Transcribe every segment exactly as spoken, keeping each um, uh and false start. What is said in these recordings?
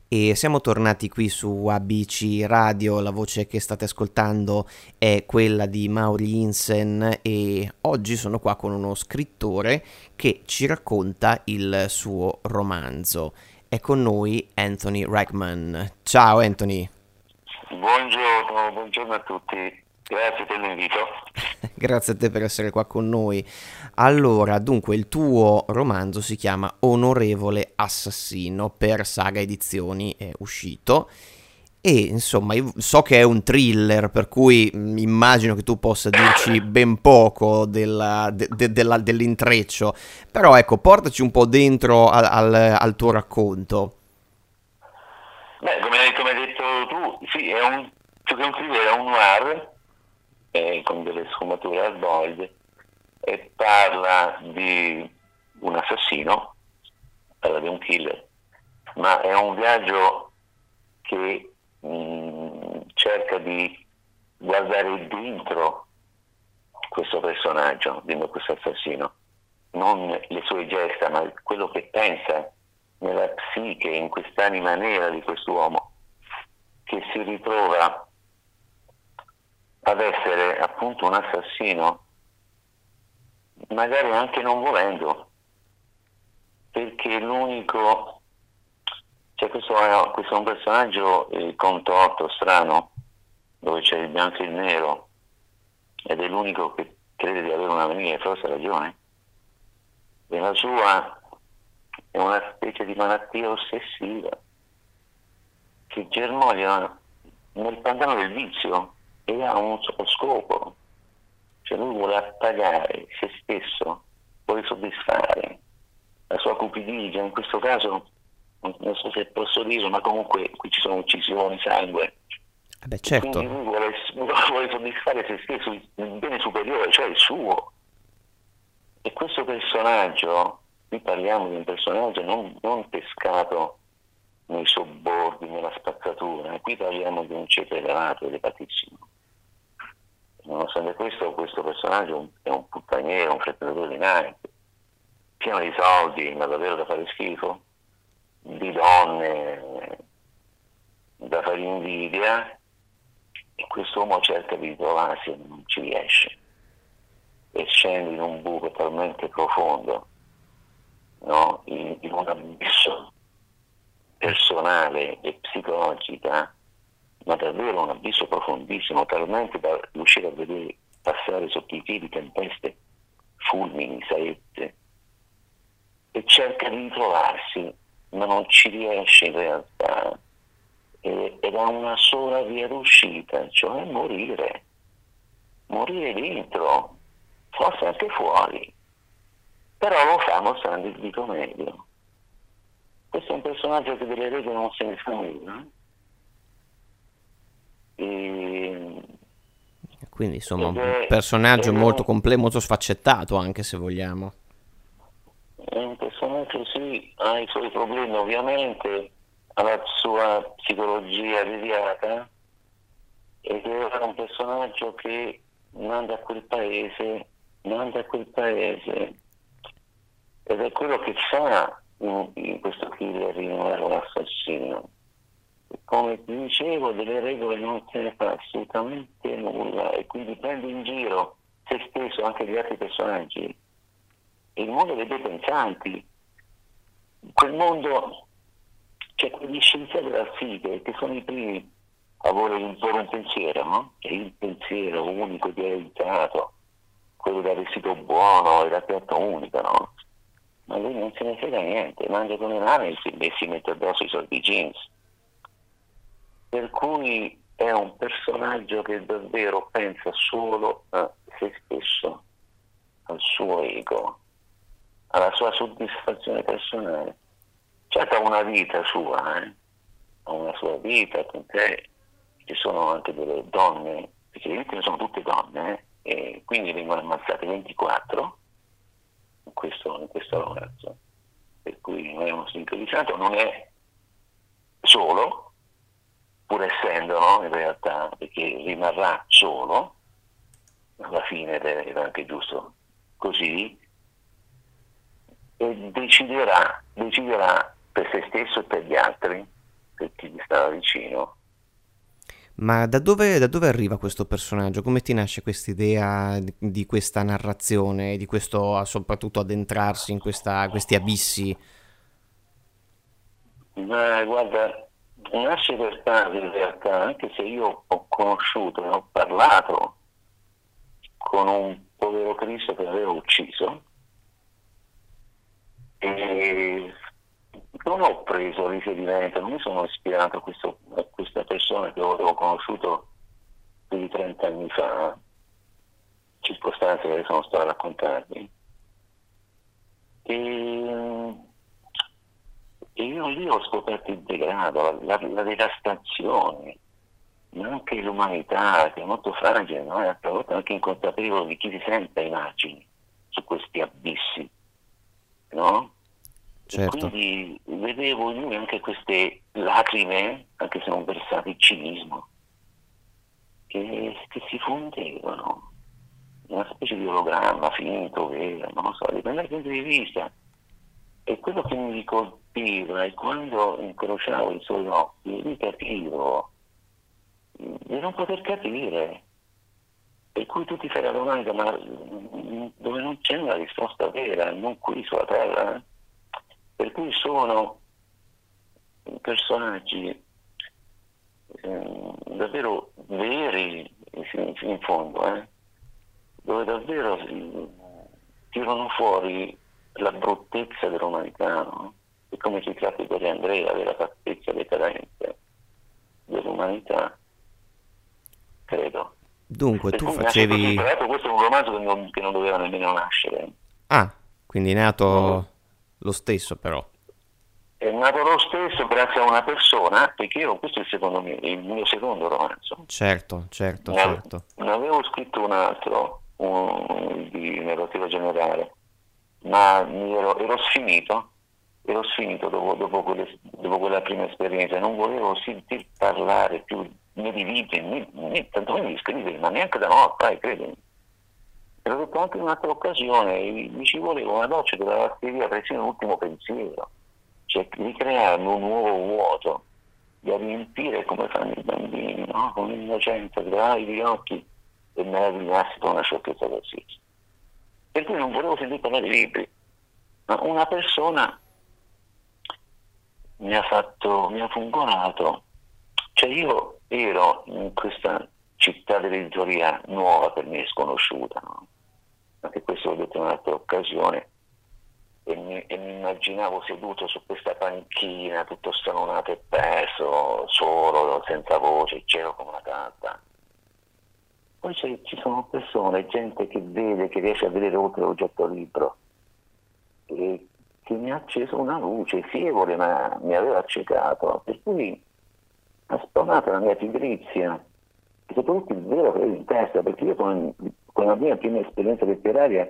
E siamo tornati qui su A B C Radio, la voce che state ascoltando è quella di Mauri Insen e oggi sono qua con uno scrittore che ci racconta il suo romanzo. È con noi Anthony Reichman. Ciao Anthony. Buongiorno, buongiorno a tutti, grazie per l'invito. Grazie a te per essere qua con noi. Allora, dunque, il tuo romanzo si chiama Onorevole Assassino, per Saga Edizioni, è uscito. E insomma, io so che è un thriller, per cui mh, immagino che tu possa dirci ben poco della- de- de- della- dell'intreccio. Però ecco, portaci un po' dentro al, al- al tuo racconto. Beh, come, hai come hai detto tu, sì, è un, più che un thriller, è un noir, eh, con delle sfumature al void, e parla di un assassino, parla di un killer, ma è un viaggio che mh, cerca di guardare dentro questo personaggio, dentro questo assassino, non le sue gesta, ma quello che pensa nella psiche, in quest'anima nera di quest'uomo, che si ritrova ad essere appunto un assassino, magari anche non volendo, perché l'unico, cioè questo è, questo è un personaggio eh, contorto, strano, dove c'è il bianco e il nero, ed è l'unico che crede di avere una venia, e forse ha ragione. E la sua è una specie di malattia ossessiva che germoglia nel pantano del vizio e ha un solo scopo, cioè lui vuole appagare se stesso, vuole soddisfare la sua cupidigia, in questo caso non so se posso dirlo, ma comunque qui ci sono uccisioni, sangue, Eh beh, e quindi certo. lui vuole, vuole soddisfare se stesso, il bene superiore, cioè il suo. E questo personaggio, qui parliamo di un personaggio non, non pescato nei sobborghi, nella spazzatura, e qui parliamo di un ceto elevato, elevatissimo. Nonostante questo, questo personaggio è un puttaniero, un frettatore di nainte, pieno di soldi, ma davvero da fare schifo, di donne da fare invidia, e quest'uomo cerca di trovarsi e non ci riesce, e scende in un buco talmente profondo, no? in, in un abisso personale e psicologica, ma davvero un abisso profondissimo, talmente da riuscire a vedere passare sotto i piedi tempeste, fulmini, saette, e cerca di ritrovarsi, ma non ci riesce in realtà, e- ed ha una sola via d'uscita, cioè morire, morire dentro, forse anche fuori, però lo fa mostrando il dito medio. Questo è un personaggio che delle regole non se ne fa nulla. E, Quindi insomma ed un è, personaggio ed è molto un, completo, molto sfaccettato anche se vogliamo. è un personaggio, sì, ha i suoi problemi ovviamente, ha la sua psicologia deviata, ed è un personaggio che manda a quel paese, manda a quel paese, ed è quello che fa in, in questo killer, in un assassino. Come ti dicevo, delle regole non se ne fa assolutamente nulla, e quindi prende in giro se stesso, anche gli altri personaggi, e il mondo dei pensanti, quel mondo, cioè quegli scienziati della psiche che sono i primi a voler imporre un pensiero, no? È il pensiero unico, idealizzato, quello da vestito buono e da piatto unico, no? Ma lui non se ne frega niente, mangia come nave e si, e si mette addosso i soldi jeans. Per cui è un personaggio che davvero pensa solo a se stesso, al suo ego, alla sua soddisfazione personale. Certo ha una vita sua, eh? Ha una sua vita, tant'è ci sono anche delle donne, perché le vittime sono tutte donne, eh? E quindi vengono ammazzate ventiquattro in questo, in questo romanzo. Per cui non è uno sincronizzato, non è solo, pur essendo, no, in realtà, perché rimarrà solo, alla fine era anche giusto così, e deciderà, deciderà per se stesso e per gli altri, per chi gli stava vicino. Ma da dove, da dove arriva questo personaggio? Come ti nasce questa idea di, di questa narrazione, di questo soprattutto addentrarsi in questa, questi abissi? Ma guarda, nasce per caso in realtà, anche se io ho conosciuto e ho parlato con un povero Cristo che aveva ucciso, e non ho preso riferimento, non mi sono ispirato a, questo, a questa persona che avevo conosciuto più di trenta anni fa, circostanze che sono state a raccontarmi. E, e io lì ho scoperto il degrado, la, la, la devastazione, ma anche l'umanità che è molto fragile, no? E a volte anche inconsapevole di chi si sente ai margini su questi abissi, no? E Certo, quindi vedevo in lui anche queste lacrime, anche se non versate il cinismo, che, che si fondevano in una specie di ologramma finto, vero, non lo so, dipende dal punto di vista. E quello che mi colpiva è quando incrociavo i suoi occhi, mi capivo di non poter capire. Per cui tu ti fai la domanda, ma dove non c'è una risposta vera, non qui sulla terra. Per cui sono personaggi eh, davvero veri in fondo, eh, dove davvero si tirano fuori la bruttezza dell'umanità, no? E come si tratta di Andrea, della fattezza decadente dell'umanità, credo. dunque Per tu cui nasce così, tra facevi... l'altro questo è un romanzo che non, che non doveva nemmeno nascere. Ah, quindi è No? nato lo stesso però. È nato lo stesso grazie a una persona, perché io, questo è il secondo mio, il mio secondo romanzo. Certo, certo, Ne ave- certo. ne avevo scritto un altro, un, di narrativa generale, ma mi ero, ero sfinito, ero sfinito dopo, dopo, quelle- dopo quella prima esperienza, non volevo sentir parlare più né di libri, né, né tantomeno di scrivere, ma neanche da notte, dai, credimi. E l'ho detto anche in un'altra occasione, mi ci voleva una doccia che dava via persino l'ultimo pensiero, cioè ricrearmi un nuovo vuoto da riempire come fanno i bambini, no? Con l'innocenza, gravi gli occhi e meravigliarsi con una sciocchezza qualsiasi. Per cui non volevo sentire parlare di libri, ma una persona mi ha fatto, mi ha fungonato, cioè io ero in questa città dell'editoria nuova per me sconosciuta, no? Anche questo l'ho detto in un'altra occasione, e mi, e mi immaginavo seduto su questa panchina, tutto stranonato e perso, solo, senza voce, c'ero come una gatta. Poi c'è- ci sono persone, gente che vede, che riesce a vedere oltre l'oggetto libro, e che mi ha acceso una luce fievole, ma mi aveva accecato, per cui ha spawnato la mia pigrizia, e soprattutto il vero che avevo in testa, perché io con, con la mia prima esperienza letteraria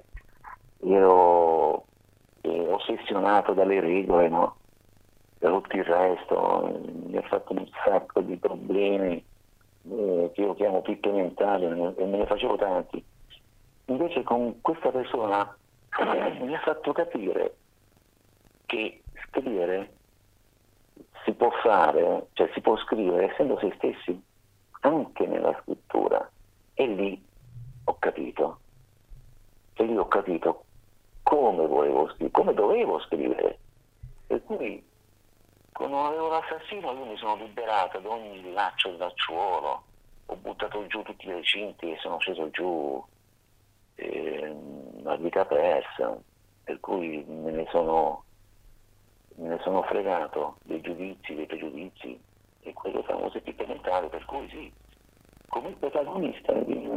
ero eh, ossessionato dalle regole, no? Da tutto il resto, eh, mi ha fatto un sacco di problemi eh, che io chiamo pippe mentali, e me ne facevo tanti. Invece con questa persona mi ha fatto capire che scrivere si può fare, cioè si può scrivere essendo se stessi anche nella scrittura. E lì ho capito, e lì ho capito come volevo scrivere, come dovevo scrivere. Per cui quando avevo l'assassino io mi sono liberato da ogni laccio e lacciuolo, ho buttato giù tutti i recinti e sono sceso giù eh, a vita persa, per cui me ne sono me ne sono fregato dei giudizi, dei pregiudizi e quelle famose pippe mentali, per cui sì, come il protagonista di-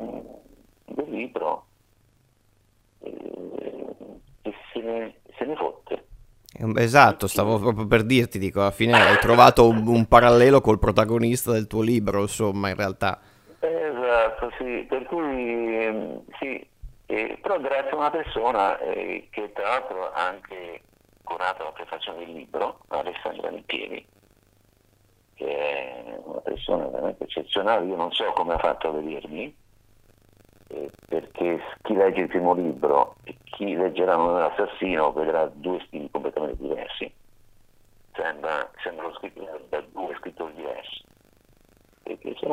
del libro eh, che se ne, se ne fotte. Esatto, stavo proprio per dirti, dico, alla fine hai trovato un, un parallelo col protagonista del tuo libro, insomma, in realtà. Esatto, sì, per cui ehm, sì, eh, però grazie a una persona eh, che tra l'altro ha anche curato la prefazione del libro, Alessandra Nipieri, che è una persona veramente eccezionale, io non so come ha fatto a vedermi, eh, perché chi legge il primo libro e chi leggerà Non è l'assassino vedrà due stili completamente diversi. Sembra, sembrano scritti da,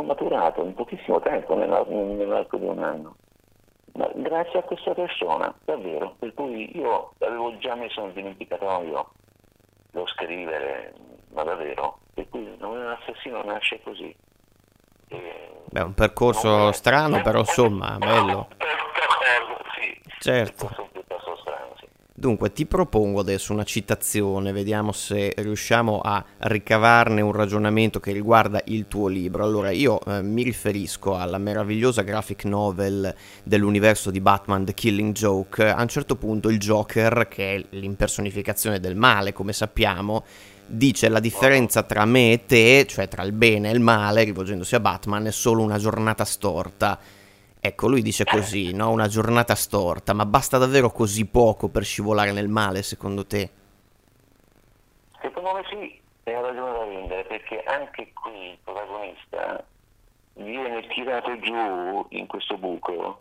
maturato in pochissimo tempo, nell'ar- nell'arco di un anno. Ma grazie a questa persona, davvero, per cui io avevo già messo nel dimenticatoio lo scrivere, ma davvero, per cui un assassino nasce così. E Beh, un non percorso vorrei- strano, però insomma, bello. Sì, Certo. forse un piuttosto strano, sì. Dunque, ti propongo adesso una citazione, vediamo se riusciamo a ricavarne un ragionamento che riguarda il tuo libro. Allora, io eh, mi riferisco alla meravigliosa graphic novel dell'universo di Batman, The Killing Joke. A un certo punto il Joker, che è l'impersonificazione del male, come sappiamo, dice la differenza tra me e te, cioè tra il bene e il male, rivolgendosi a Batman, è solo una giornata storta. Ecco, lui dice così, no? Una giornata storta, ma basta davvero così poco per scivolare nel male, secondo te? Secondo me sì, e ha ragione da vendere, perché anche qui il protagonista viene tirato giù in questo buco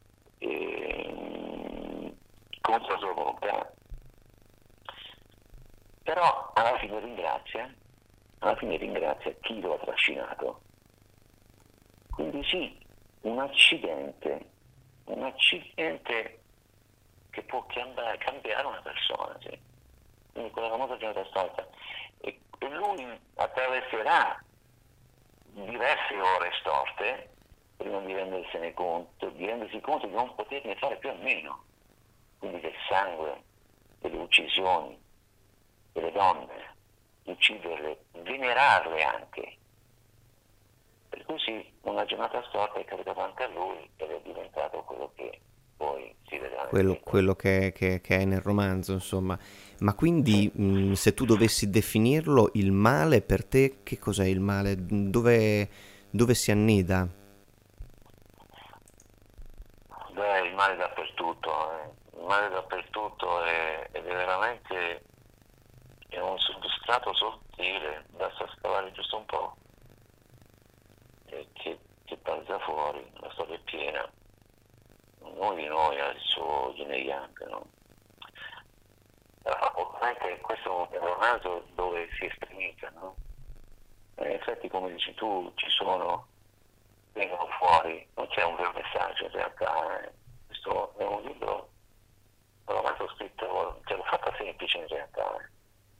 eh, contro la sua volontà. Però alla fine ringrazia, alla fine ringrazia chi lo ha trascinato. Quindi sì, un accidente, un accidente che può cambiare, cambiare una persona, sì. Quindi quella famosa giornata storta. E, e lui attraverserà diverse ore storte prima di rendersene conto, di rendersi conto di non poterne fare più a meno. Quindi del sangue, delle uccisioni, delle donne, ucciderle, venerarle anche. Per cui sì, una giornata storta è capitata anche a lui ed è diventato quello che poi si vedrà nel Quello, libro. quello che, che- che è nel romanzo, insomma. Ma quindi, mh, se tu dovessi definirlo, il male per te, che cos'è il male? Dove, dove si annida? Beh, il male dappertutto, eh. Il male dappertutto è, ed è veramente è un substrato sottile, basta scavare giusto un po' e che, che balza fuori, la storia è piena. Ognuno di noi ha il suo yin e yang, no? Però ovviamente questo è un romanzo dove si estremizza, no? E in effetti, come dici tu, ci sono, vengono fuori, non c'è un vero messaggio in realtà. Eh. Questo è un libro, un romanzo scritto, ce l'ho fatta semplice in realtà. Eh.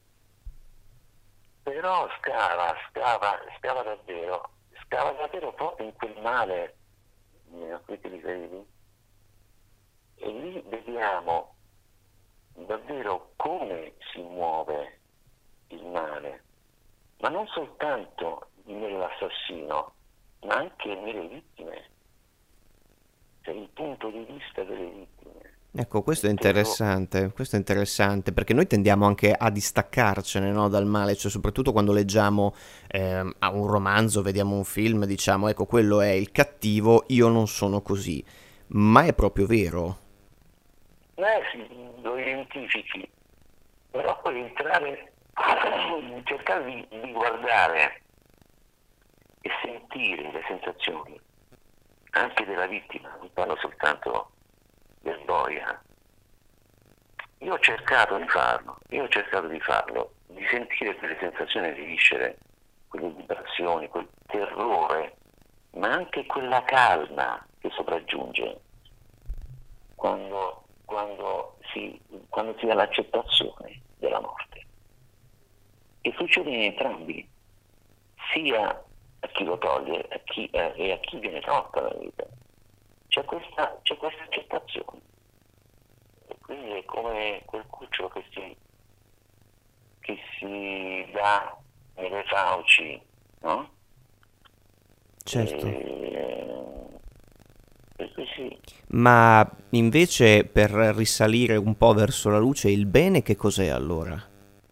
Però scava, scava, scava davvero, scava davvero proprio in quel male a cui ti riferivi. E lì vediamo davvero come si muove il male, ma non soltanto nell'assassino, ma anche nelle vittime, cioè il punto di vista delle vittime. Ecco, questo è Il terrore. interessante, questo è interessante perché noi tendiamo anche a distaccarcene, no, dal male, cioè soprattutto quando leggiamo ehm, a un romanzo, vediamo un film, diciamo, ecco, quello è il cattivo, io non sono così, ma è proprio vero. Eh sì, lo identifichi, però poi entrare, cercare di, di guardare e sentire le sensazioni anche della vittima, non parlo soltanto del boia. Io ho cercato di farlo, io ho cercato di farlo, di sentire quelle sensazioni di viscere, quelle vibrazioni, quel terrore, ma anche quella calma che sopraggiunge quando, quando, si, quando si ha l'accettazione della morte. E succede in entrambi, sia a chi lo toglie a chi, eh, e a chi viene tolta la vita. C'è questa, c'è questa accettazione. E quindi è come quel cucciolo che si, che si dà nelle fauci, no? Certo. E, per cui sì. Ma invece per risalire un po' verso la luce, il bene che cos'è allora?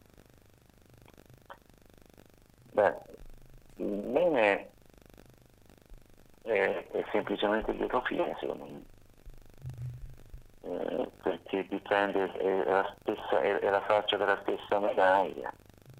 Beh, il bene è, è semplicemente il lieto fine, secondo me. Eh, perché dipende, è la, stessa, è, è la faccia della stessa medaglia.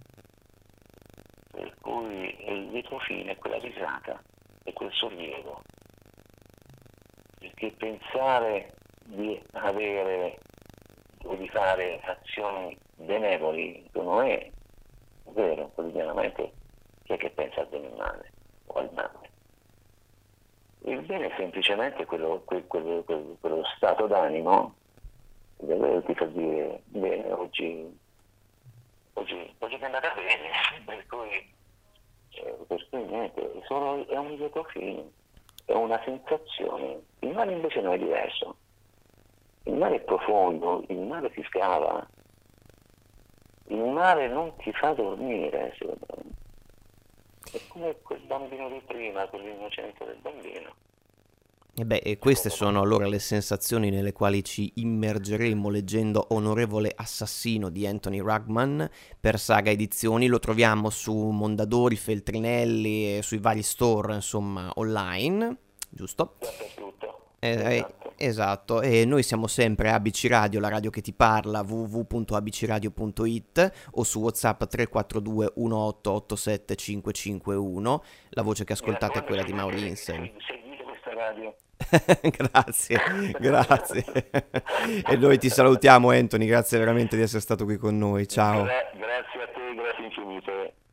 Per cui il lieto fine è quella risata, è quel sollievo. Perché pensare di avere o di fare azioni benevoli, secondo me, è vero, quotidianamente, chi è che pensa al bene e al male o al male? Il bene è semplicemente quello, que- quello- quello- quello stato d'animo che ti fa dire bene, oggi, oggi, oggi mi è andata bene, per cui, eh, per cui niente, è, solo, è un lieto fine, è una sensazione. Il male invece non è diverso, il male è profondo, il male si scava, il male non ti fa dormire, secondo me. È come quel bambino di prima, quell'innocenza del bambino. E beh, e queste sono allora le sensazioni nelle quali ci immergeremo leggendo Onorevole Assassino di Anthony Rugman per Saga Edizioni. Lo troviamo su Mondadori, Feltrinelli e sui vari store, insomma, online, giusto? Dappertutto, Eh, eh, esatto. esatto, e noi siamo sempre A B C Radio, la radio che ti parla, w w w punto a b c radio punto i t o su WhatsApp tre quattro due uno otto otto sette cinque cinque uno. La voce che Mi ascoltate è raccomando, quella di seguite, Maurinsen. seguite questa radio. Grazie, grazie. E noi ti salutiamo, Anthony, grazie veramente di essere stato qui con noi. Ciao. Gra- grazie a te, grazie infinite.